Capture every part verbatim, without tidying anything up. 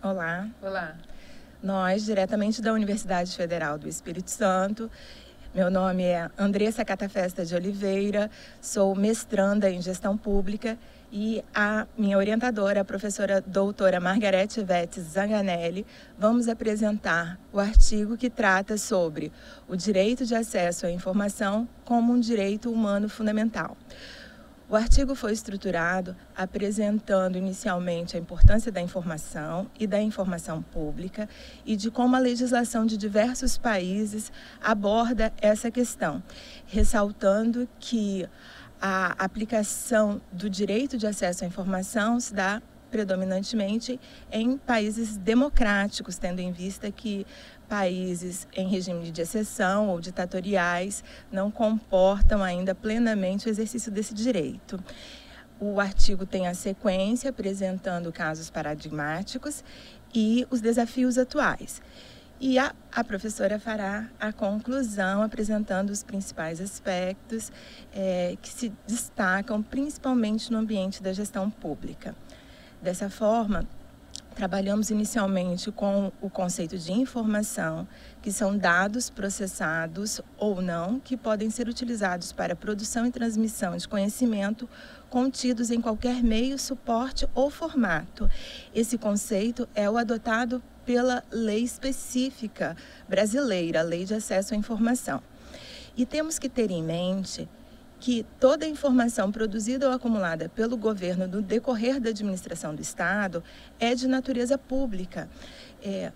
Olá. Olá. Nós, diretamente da Universidade Federal do Espírito Santo, meu nome é Andressa Catafesta de Oliveira, sou mestranda em Gestão Pública e a minha orientadora, a professora doutora Margarete Vetes Zanganelli, vamos apresentar o artigo que trata sobre o direito de acesso à informação como um direito humano fundamental. O artigo foi estruturado apresentando inicialmente a importância da informação e da informação pública e de como a legislação de diversos países aborda essa questão, ressaltando que a aplicação do direito de acesso à informação se dá predominantemente em países democráticos, tendo em vista que países em regime de exceção ou ditatoriais não comportam ainda plenamente o exercício desse direito. O artigo tem a sequência apresentando casos paradigmáticos e os desafios atuais. E a, a professora fará a conclusão apresentando os principais aspectos é, que se destacam principalmente no ambiente da gestão pública. Dessa forma, trabalhamos inicialmente com o conceito de informação, que são dados processados ou não, que podem ser utilizados para produção e transmissão de conhecimento contidos em qualquer meio, suporte ou formato. Esse conceito é o adotado pela lei específica brasileira, a Lei de Acesso à Informação. E temos que ter em mente que toda a informação produzida ou acumulada pelo governo no decorrer da administração do Estado é de natureza pública. É,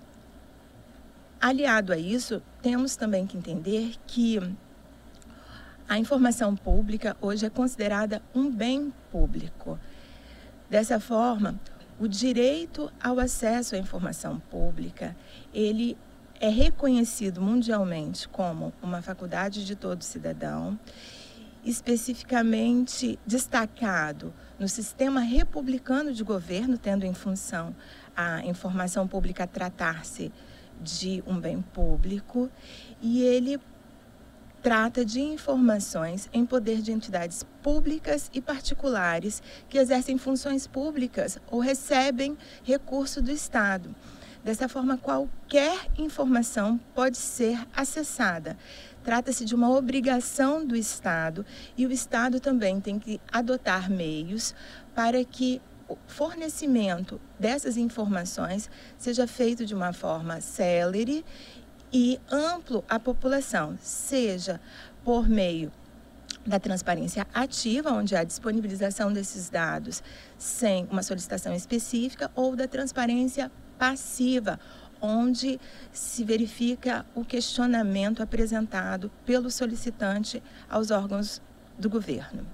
aliado a isso, temos também que entender que a informação pública hoje é considerada um bem público. Dessa forma, o direito ao acesso à informação pública, ele é reconhecido mundialmente como uma faculdade de todo cidadão, especificamente destacado no sistema republicano de governo, tendo em função a informação pública tratar-se de um bem público, e ele trata de informações em poder de entidades públicas e particulares que exercem funções públicas ou recebem recurso do Estado. Dessa forma, qualquer informação pode ser acessada. Trata-se de uma obrigação do Estado e o Estado também tem que adotar meios para que o fornecimento dessas informações seja feito de uma forma célere e amplo à população, seja por meio da transparência ativa, onde há disponibilização desses dados sem uma solicitação específica, ou da transparência passiva, onde se verifica o questionamento apresentado pelo solicitante aos órgãos do governo.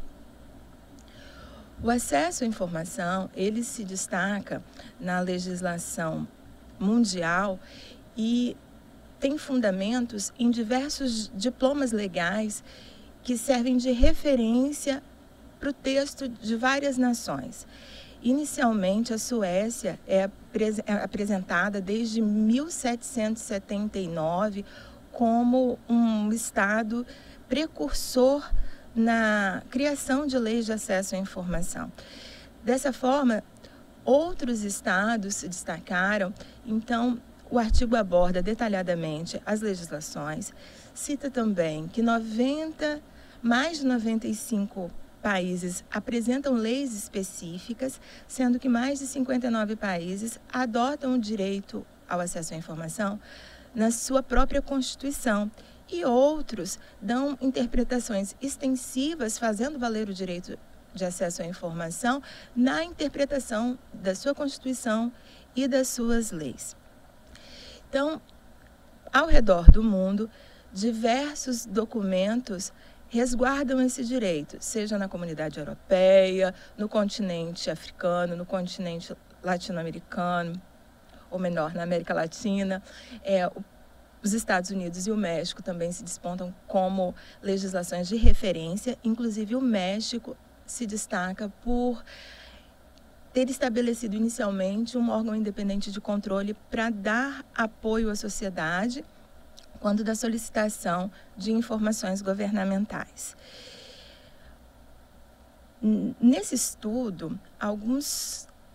O acesso à informação, ele se destaca na legislação mundial e tem fundamentos em diversos diplomas legais que servem de referência para o texto de várias nações. Inicialmente, a Suécia é apresentada desde mil setecentos e setenta e nove como um estado precursor na criação de leis de acesso à informação. Dessa forma, outros estados se destacaram. Então, o artigo aborda detalhadamente as legislações, cita também que noventa, mais de noventa e cinco países apresentam leis específicas, sendo que mais de cinquenta e nove países adotam o direito ao acesso à informação na sua própria Constituição, e outros dão interpretações extensivas, fazendo valer o direito de acesso à informação na interpretação da sua Constituição e das suas leis. Então, ao redor do mundo, diversos documentos resguardam esse direito, seja na comunidade europeia, no continente africano, no continente latino-americano, ou menor, na América Latina. É, os Estados Unidos e o México também se despontam como legislações de referência, inclusive o México se destaca por ter estabelecido inicialmente um órgão independente de controle para dar apoio à sociedade quando da solicitação de informações governamentais. Nesse estudo, alguns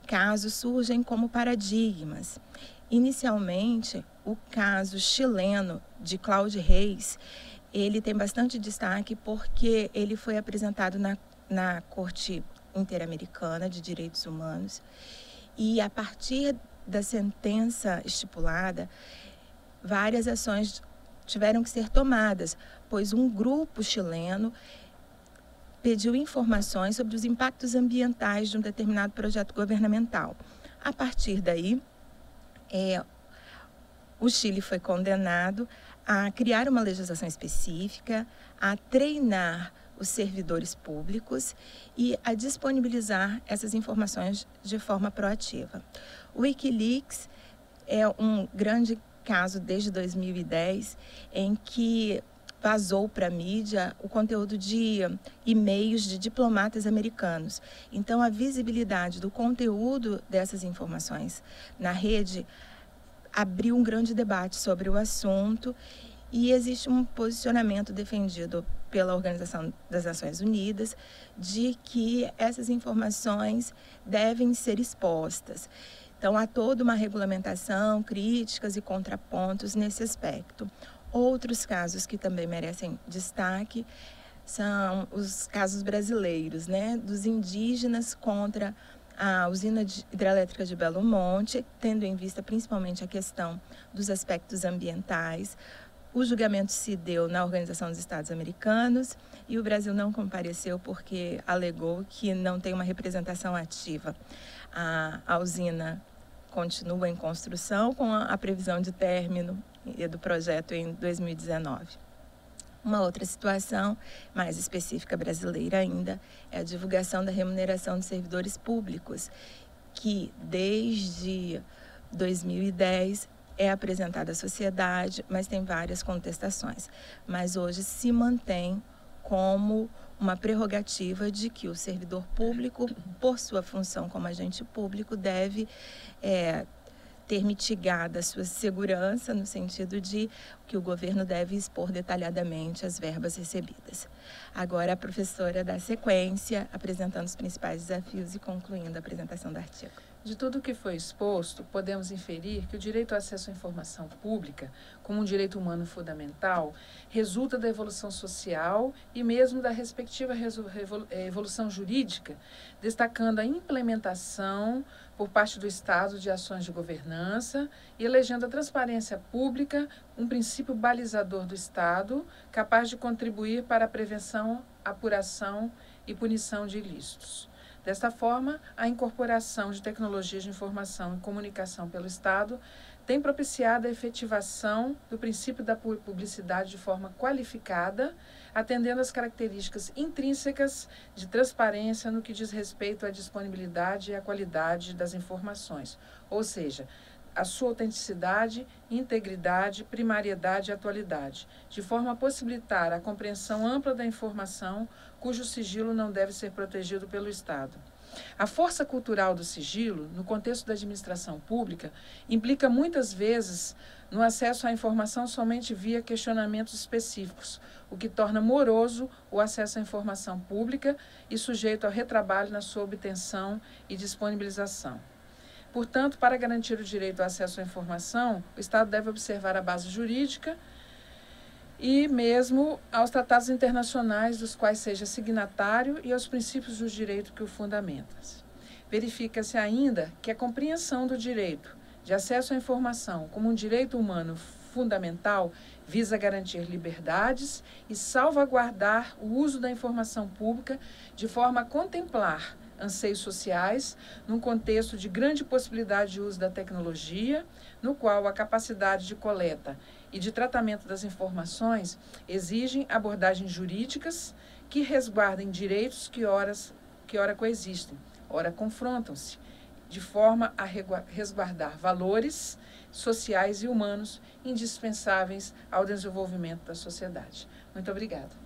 casos surgem como paradigmas. Inicialmente, o caso chileno de Cláudio Reis, ele tem bastante destaque porque ele foi apresentado na, na Corte Interamericana de Direitos Humanos e, a partir da sentença estipulada, várias ações tiveram que ser tomadas, pois um grupo chileno pediu informações sobre os impactos ambientais de um determinado projeto governamental. A partir daí, é, o Chile foi condenado a criar uma legislação específica, a treinar os servidores públicos e a disponibilizar essas informações de forma proativa. O Wikileaks é um grande caso desde dois mil e dez, em que vazou para a mídia o conteúdo de e-mails de diplomatas americanos. Então, a visibilidade do conteúdo dessas informações na rede abriu um grande debate sobre o assunto e existe um posicionamento defendido pela Organização das Nações Unidas de que essas informações devem ser expostas. Então, há toda uma regulamentação, críticas e contrapontos nesse aspecto. Outros casos que também merecem destaque são os casos brasileiros, né, dos indígenas contra a usina hidrelétrica de Belo Monte, tendo em vista principalmente a questão dos aspectos ambientais. O julgamento se deu na Organização dos Estados Americanos e o Brasil não compareceu porque alegou que não tem uma representação ativa. A, a usina continua em construção com a, a previsão de término do projeto em dois mil e dezenove. Uma outra situação mais específica brasileira ainda é a divulgação da remuneração dos servidores públicos, que desde dois mil e dez é apresentada à sociedade, mas tem várias contestações. Mas hoje se mantém como uma prerrogativa de que o servidor público, por sua função como agente público, deve é, ter mitigada a sua segurança, no sentido de que o governo deve expor detalhadamente as verbas recebidas. Agora, a professora dá sequência, apresentando os principais desafios e concluindo a apresentação do artigo. De tudo o que foi exposto, podemos inferir que o direito ao acesso à informação pública, como um direito humano fundamental, resulta da evolução social e mesmo da respectiva evolução jurídica, destacando a implementação por parte do Estado de ações de governança e elegendo a transparência pública um princípio balizador do Estado, capaz de contribuir para a prevenção, apuração e punição de ilícitos. Desta forma, a incorporação de tecnologias de informação e comunicação pelo Estado tem propiciado a efetivação do princípio da publicidade de forma qualificada, atendendo às características intrínsecas de transparência no que diz respeito à disponibilidade e à qualidade das informações, ou seja, a sua autenticidade, integridade, primariedade e atualidade, de forma a possibilitar a compreensão ampla da informação, cujo sigilo não deve ser protegido pelo Estado. A força cultural do sigilo, no contexto da administração pública, implica muitas vezes no acesso à informação somente via questionamentos específicos, o que torna moroso o acesso à informação pública e sujeito ao retrabalho na sua obtenção e disponibilização. Portanto, para garantir o direito ao acesso à informação, o Estado deve observar a base jurídica e mesmo aos tratados internacionais dos quais seja signatário e aos princípios do direito que o fundamentam. Verifica-se ainda que a compreensão do direito de acesso à informação como um direito humano fundamental visa garantir liberdades e salvaguardar o uso da informação pública de forma a contemplar anseios sociais, num contexto de grande possibilidade de uso da tecnologia, no qual a capacidade de coleta e de tratamento das informações exigem abordagens jurídicas que resguardem direitos que, horas, que ora coexistem, ora confrontam-se, de forma a resguardar valores sociais e humanos indispensáveis ao desenvolvimento da sociedade. Muito obrigada.